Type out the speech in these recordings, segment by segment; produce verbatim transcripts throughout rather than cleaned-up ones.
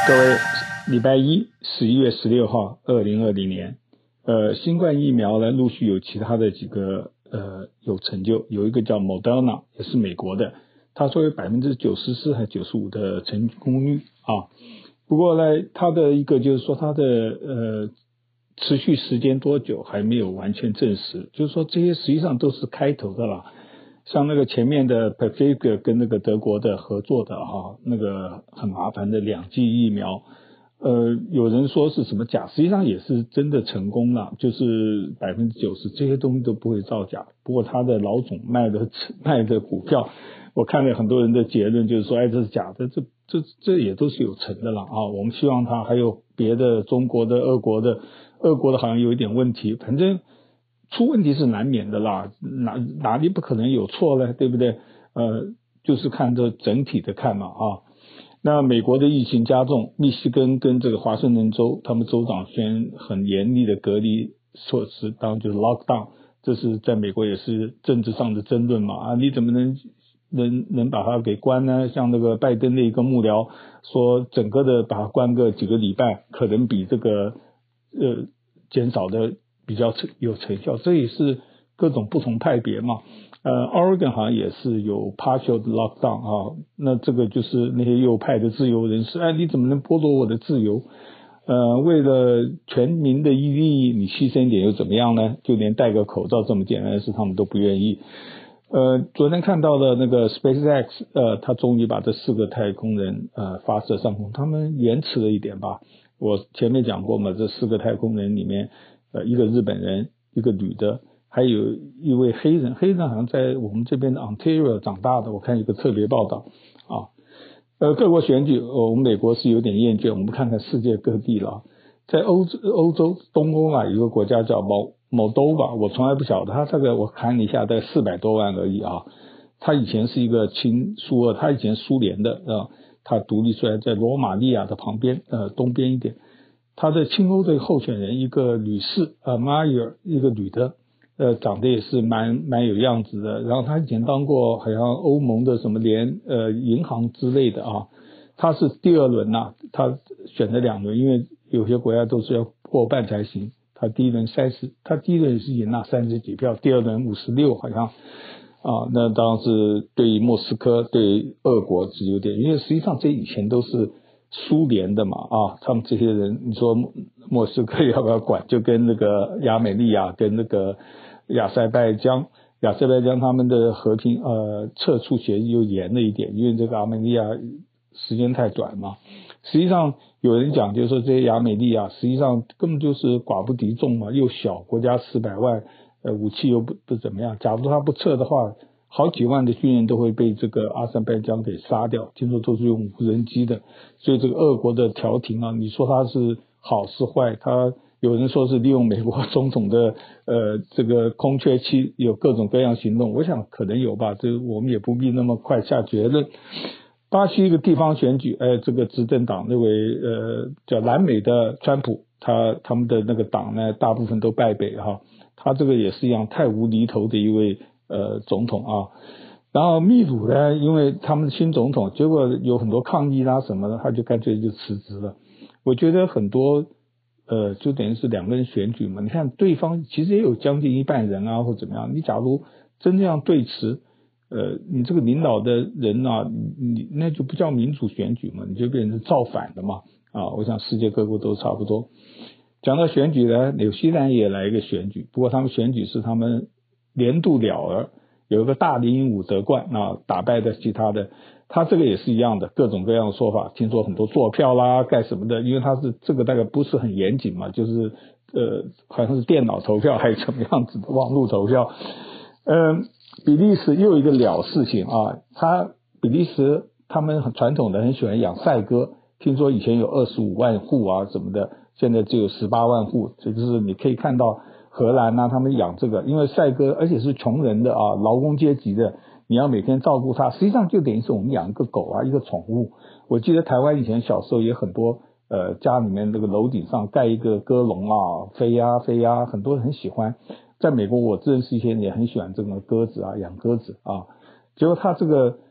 各位，礼拜一，十一月十六号，二零二零年，呃，新冠疫苗呢，陆续有其他的几个呃有成就，有一个叫 Moderna， 也是美国的，它说有百分之九十四还九十五的成功率啊。不过呢，它的一个就是说它的呃持续时间多久还没有完全证实，就是说这些实际上都是开头的啦。像那个前面的 p e f i g a 跟那个德国的合作的哈，那个很麻烦的两剂疫苗，呃，有人说是什么假，实际上也是真的成功了，就是百分之九十这些东西都不会造假。不过他的老总卖的卖的股票，我看了很多人的结论就是说，哎，这是假的，这这这也都是有成的了啊。我们希望他还有别的中国的、俄国的，俄国的好像有一点问题，反正。出问题是难免的啦，哪哪里不可能有错呢？对不对？呃，就是看这整体的看嘛啊。那美国的疫情加重，密西根跟这个华盛顿州，他们州长宣很严厉的隔离措施，当然就是 lockdown， 这是在美国也是政治上的争论嘛啊，你怎么能能能把它给关呢？像那个拜登的一个幕僚说，整个的把它关个几个礼拜，可能比这个呃减少的。比较有成效，这也是各种不同派别嘛。呃 ，Oregon 好像也是有 partial lockdown 啊，那这个就是那些右派的自由人士，哎，你怎么能剥夺我的自由？呃，为了全民的利益，你牺牲一点又怎么样呢？就连戴个口罩这么简单的事，他们都不愿意。呃，昨天看到的那个 SpaceX， 呃，他终于把这四个太空人呃发射上空，他们延迟了一点吧。我前面讲过嘛，这四个太空人里面。呃，一个日本人，一个女的，还有一位黑人，黑人好像在我们这边的 Ontario 长大的，我看有个特别报道啊。呃，各国选举，呃，我们美国是有点厌倦，我们看看世界各地了。在欧洲，欧洲东欧啊，有个国家叫某某多吧，我从来不晓得，它这个我看了一下，大概四百多万而已啊。它以前是一个亲苏俄，它以前苏联的啊，它独立出来在罗马尼亚的旁边，呃，东边一点。他的亲欧的候选人一个女士啊，马伊尔一个女的，呃，长得也是蛮蛮有样子的。然后她以前当过好像欧盟的什么联呃银行之类的啊。她是第二轮呐、啊，她选了两轮，因为有些国家都是要过半才行。她第一轮三十，她第一轮是赢了三十几票，第二轮五十六好像啊。那当然是对莫斯科对俄国是有点，因为实际上这以前都是。苏联的嘛啊，他们这些人，你说莫斯科要不要管？就跟那个亚美利亚跟那个亚塞拜疆，亚塞拜疆他们的和平呃撤出协议又严了一点，因为这个亚美利亚时间太短嘛。实际上有人讲，就是说这些亚美利亚实际上根本就是寡不敌众嘛，又小，国家四百万，呃，武器又不不怎么样。假如他不撤的话。好几万的军人都会被这个阿塞拜疆给杀掉，听说都是用无人机的，所以这个俄国的调停啊，你说它是好是坏？它有人说是利用美国总统的呃这个空缺期有各种各样行动，我想可能有吧，这我们也不必那么快下结论。巴西一个地方选举，哎，这个执政党那位呃叫南美的川普，他他们的那个党呢，大部分都败北哈，他这个也是一样太无厘头的一位。呃，总统啊，然后秘鲁呢，因为他们新总统，结果有很多抗议啦什么的，他就干脆就辞职了。我觉得很多呃，就等于是两个人选举嘛，你看对方其实也有将近一半人啊，或怎么样，你假如真这样对持，呃，你这个领导的人啊，你你那就不叫民主选举嘛，你就变成造反的嘛啊！我想世界各国都差不多。讲到选举呢，纽西兰也来一个选举，不过他们选举是他们。年度鸟儿有一个大龄鹦鹉得冠啊，打败的其他的，他这个也是一样的，各种各样的说法，听说很多坐票啦，干什么的，因为他是这个大概不是很严谨嘛，就是呃好像是电脑投票还是怎么样子的，网络投票。嗯、呃，比利时又有一个了事情啊，他比利时他们很传统的很喜欢养赛鸽，听说以前有二十五万户啊什么的，现在只有十八万户，这就是你可以看到。荷兰啊，他们养这个，因为赛鸽，而且是穷人的啊，劳工阶级的，你要每天照顾它，实际上就等于是我们养一个狗啊，一个宠物。我记得台湾以前小时候也很多，呃，家里面那个楼顶上盖一个鸽笼啊，飞呀飞呀，很多人很喜欢。在美国，我认识一些人也很喜欢这个鸽子啊，养鸽子啊。结果他这个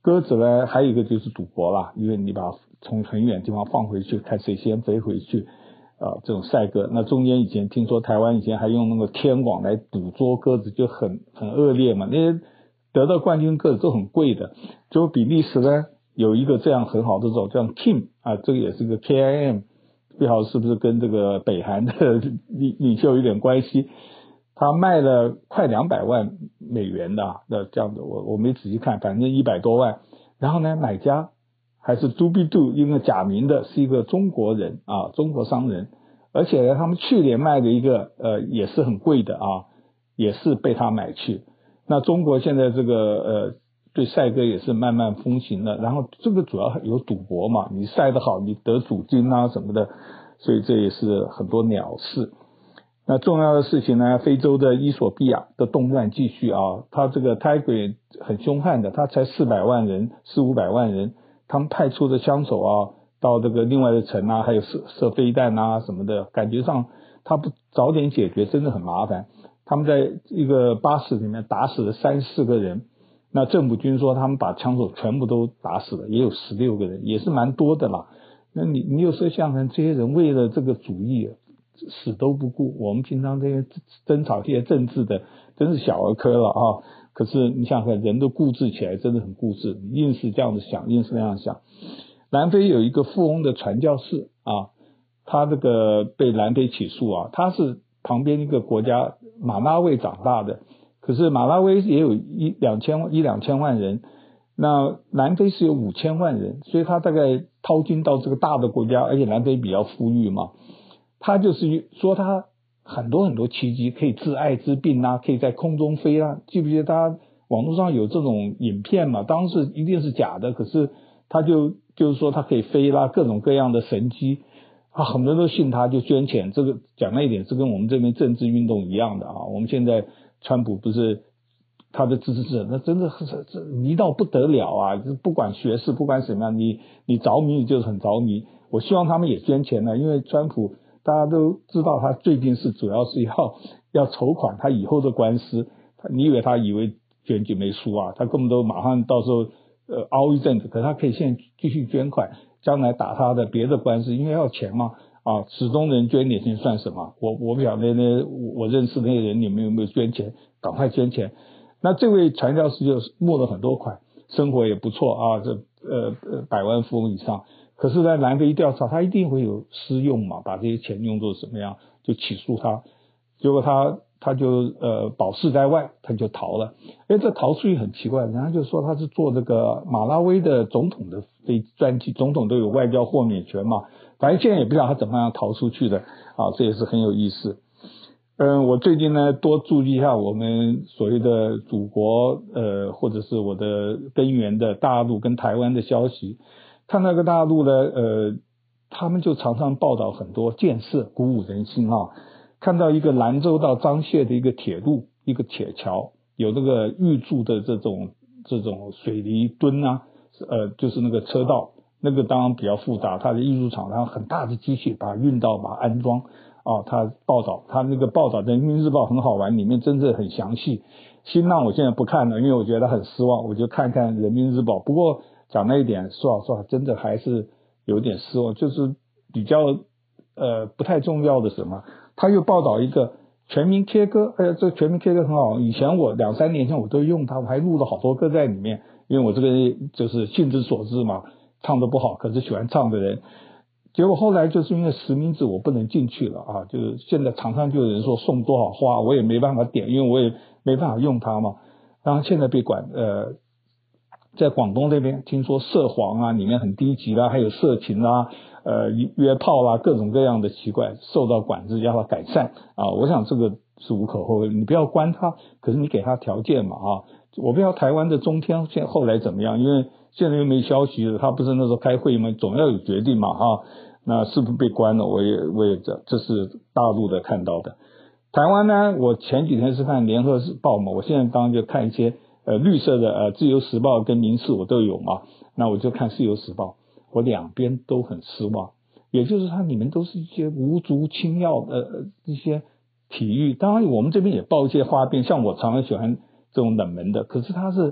鸽子呢，还有一个就是赌博啦，因为你把从很远的地方放回去，看谁先飞回去，啊、呃，这种赛鸽。那中间以前听说台湾以前还用那个天网来捕捉鸽子，就很很恶劣嘛。那些得到冠军鸽子都很贵的。就比利时呢有一个这样很好的种叫 Kim 啊，这个也是个 K I M， 不晓得是不是跟这个北韩的领领袖有点关系。他卖了快两百万美元的，那这样子我我没仔细看，反正一百多万。然后呢，买家还是 Doobie-Doo， 一个假名的，是一个中国人啊，中国商人。而且呢，他们去年卖的一个呃也是很贵的啊，也是被他买去。那中国现在这个呃对赛鸽也是慢慢风行了，然后这个主要有赌博嘛，你赛得好，你得主金啊什么的，所以这也是很多鸟事。那重要的事情呢，非洲的伊索比亚的动乱继续啊，他这个 Tiger 很凶悍的，他才四百万人，四五百万人，他们派出的枪手啊，到这个另外的城啊，还有射射飞弹啊什么的，感觉上他不早点解决真的很麻烦。他们在一个巴士里面打死了三四个人，那政府军说他们把枪手全部都打死了，也有十六个人，也是蛮多的啦。那你你有时候想想，这些人为了这个主义死都不顾，我们平常这些争吵这些政治的真是小儿科了啊！可是你想想，人都固执起来真的很固执，硬是这样子想，硬是那样想。南非有一个富翁的传教士啊，他这个被南非起诉啊，他是旁边一个国家马拉维长大的，可是马拉维也有一两千一两千万人，那南非是有五千万人，所以他大概掏金到这个大的国家，而且南非比较富裕嘛。他就是说他很多很多奇迹，可以治艾滋病啊，可以在空中飞啊，记不记得他网络上有这种影片嘛？当时一定是假的，可是他就就是说他可以飞啦，各种各样的神迹啊，很多人都信他，就捐钱。这个讲那一点是跟我们这边政治运动一样的啊。我们现在川普不是他的支持者，那真的是这迷到不得了啊！不管学识，不管什么样，你你着迷，你就是很着迷。我希望他们也捐钱呢，因为川普。大家都知道他最近是主要是要要筹款他以后的官司，你以为他以为选举没输啊？他根本都马上到时候呃熬一阵子，可是他可以现在继续捐款，将来打他的别的官司，因为要钱嘛啊，始终人捐点钱算什么？我我不晓得呢，我认识那些人你们有没有捐钱？赶快捐钱。那这位传教士就募了很多款，生活也不错啊，这呃呃百万富翁以上。可是在南非调查，他一定会有私用嘛，把这些钱用作什么样，就起诉他。结果他他就呃保释在外，他就逃了。哎，这逃出去很奇怪，人家就说他是坐这个马拉维的总统的飞专机，总统都有外交豁免权嘛。反正现在也不知道他怎么样逃出去的啊，这也是很有意思。嗯，我最近呢多注意一下我们所谓的祖国呃或者是我的根源的大陆跟台湾的消息。看那个大陆呢，呃，他们就常常报道很多建设，鼓舞人心啊。看到一个兰州到张掖的一个铁路，一个铁桥，有这个预铸的这种这种水泥墩啊，呃，就是那个车道，那个当然比较复杂，它的艺术厂商很大的机器把它运到，把它安装啊。他报道，他那个报道的《人民日报》很好玩，里面真的很详细。新浪我现在不看了，因为我觉得很失望，我就看看《人民日报》。不过讲那一点，说老实话，真的还是有点失望，就是比较呃不太重要的什么。他又报道一个全民 K 歌，哎呀，这全民 K 歌很好。以前我两三年前我都用它，我还录了好多歌在里面，因为我这个就是性之所至嘛，唱得不好，可是喜欢唱的人。结果后来就是因为实名制我不能进去了啊，就是现在常常就有人说送多少花，我也没办法点，因为我也没办法用它嘛。然后现在被管呃。在广东那边听说涉黄啊，里面很低级啦，还有色情啦，呃约炮啦，各种各样的奇怪，受到管制，要它改善啊。我想这个是无可厚非，你不要关它，可是你给它条件嘛啊。我不知道台湾的中天现后来怎么样，因为现在又没消息了，他不是那时候开会吗？总要有决定嘛啊。那是不是被关了？我也我也这这是大陆的看到的。台湾呢，我前几天是看联合报嘛，我现在当然就看一些。呃，绿色的呃，自由时报跟民视我都有嘛，那我就看自由时报，我两边都很失望。也就是它里面都是一些无足轻要的、呃、一些体育，当然我们这边也报一些花边，像我常常喜欢这种冷门的，可是它是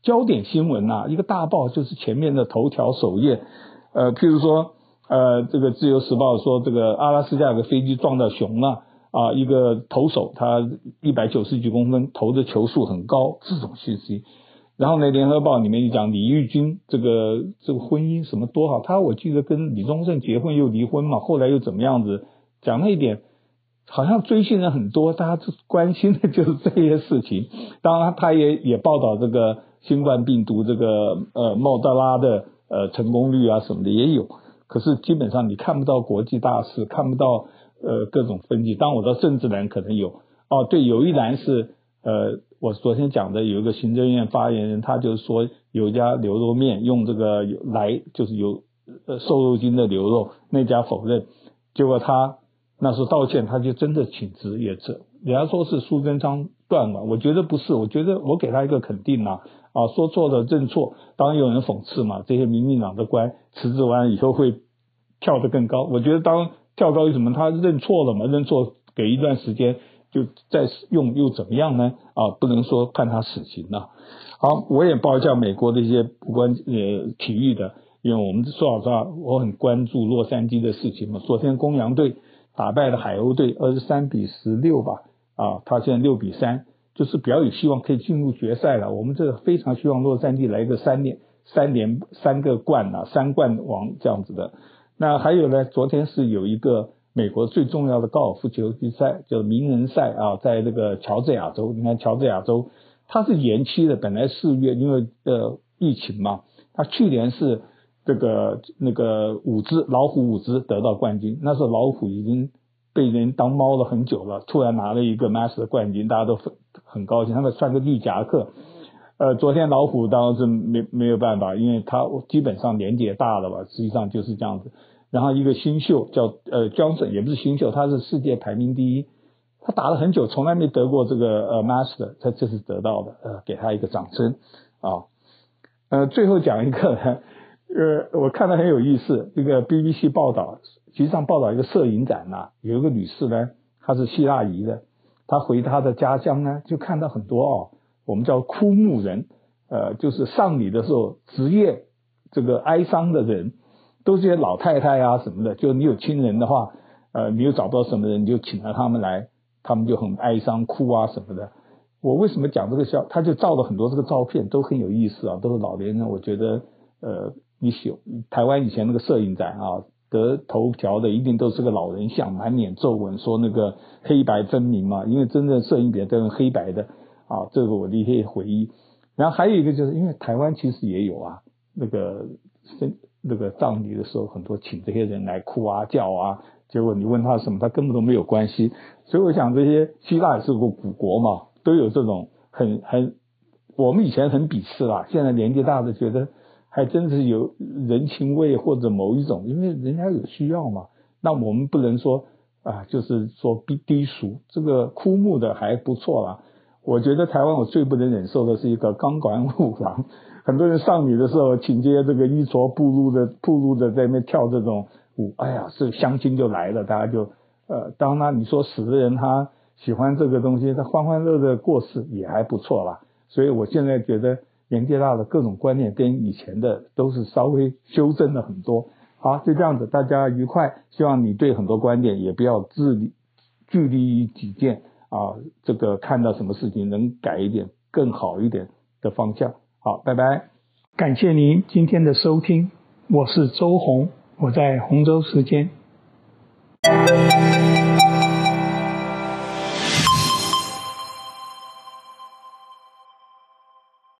焦点新闻啊，一个大报就是前面的头条首页，呃，譬如说，呃，这个自由时报说这个阿拉斯加有个飞机撞到熊了啊，一个投手他一百九十几公分，投的球速很高，这种信息。然后呢，联合报里面就讲李玉君这个这个婚姻什么多好，他我记得跟李宗盛结婚又离婚嘛，后来又怎么样子，讲那一点。好像追星人很多，大家关心的就是这些事情。当然，他也也报道这个新冠病毒这个呃莫德拉的呃成功率啊什么的也有。可是基本上你看不到国际大事，看不到呃各种分析。当然，我到政治栏可能有哦，对，有一栏是呃我昨天讲的有一个行政院发言人，他就是说有一家牛肉面用这个来就是有呃瘦肉精的牛肉，那家否认，结果他。那时候道歉，他就真的请辞也辞。人家说是苏贞昌断腕，我觉得不是，我觉得我给他一个肯定啊，啊，说错了认错。当然有人讽刺嘛，这些民进党的官辞职完以后会跳得更高。我觉得当跳高有什么？他认错了嘛，认错给一段时间就再用又怎么样呢？啊，不能说判他死刑啊。好，我也报一下美国的一些不关呃体育的，因为我们说老实话，我很关注洛杉矶的事情嘛。昨天公羊队打败了海鸥队二十三比十六吧，啊，他现在六比三，就是比较有希望可以进入决赛了。我们这个非常希望洛杉矶来一个三连三连三个冠啊，三冠王这样子的。那还有呢，昨天是有一个美国最重要的高尔夫球比赛，叫名人赛啊，在这个乔治亚州。你看乔治亚州，它是延期的，本来四月因为呃疫情嘛，它去年是。这个那个伍兹老虎伍兹得到冠军，那时候老虎已经被人当猫了很久了，突然拿了一个 Master 冠军，大家都很高兴。他们穿个绿夹克，呃，昨天老虎当然是没没有办法，因为他基本上年纪也大了吧，实际上就是这样子。然后一个新秀叫呃 Johnson， 也不是新秀，他是世界排名第一，他打了很久，从来没得过这个呃 Master， 他这次得到的，呃，给他一个掌声啊。呃，最后讲一个。呃，我看到很有意思，这个 B B C 报道，实际上报道一个摄影展呐、啊，有一个女士呢，她是希腊裔的，她回她的家乡呢，就看到很多哦，我们叫枯木人，呃，就是丧礼的时候职业这个哀伤的人，都是些老太太啊什么的，就你有亲人的话，呃，你又找不到什么人，你就请了他们来，他们就很哀伤哭啊什么的。我为什么讲这个笑？他就照了很多这个照片，都很有意思啊，都是老年人，我觉得呃。你喜台湾以前那个摄影展啊，得头条的一定都是个老人像，满脸皱纹，说那个黑白分明嘛，因为真正摄影比都是黑白的啊，这个我的一些回忆。然后还有一个就是因为台湾其实也有啊，那个那个葬礼的时候，很多请这些人来哭啊叫啊，结果你问他什么，他根本都没有关系。所以我想这些希腊也是个古国嘛，都有这种很很，我们以前很鄙视啦，现在年纪大的觉得。还真是有人情味或者某一种，因为人家有需要嘛，那我们不能说啊，就是说低低俗，这个枯木的还不错啦。我觉得台湾我最不能忍受的是一个钢管舞郎，很多人丧礼的时候请接这个衣着暴露的暴露的在那边跳这种舞，哎呀，这乡亲就来了，大家就呃，当然你说死的人他喜欢这个东西，他欢欢乐乐过世也还不错啦。所以我现在觉得。年纪大的各种观念跟以前的都是稍微修正了很多。好，就这样子，大家愉快。希望你对很多观点也不要自立据理于己见啊，这个看到什么事情能改一点更好一点的方向。好，拜拜。感谢您今天的收听，我是周鸿，我在洪州时间。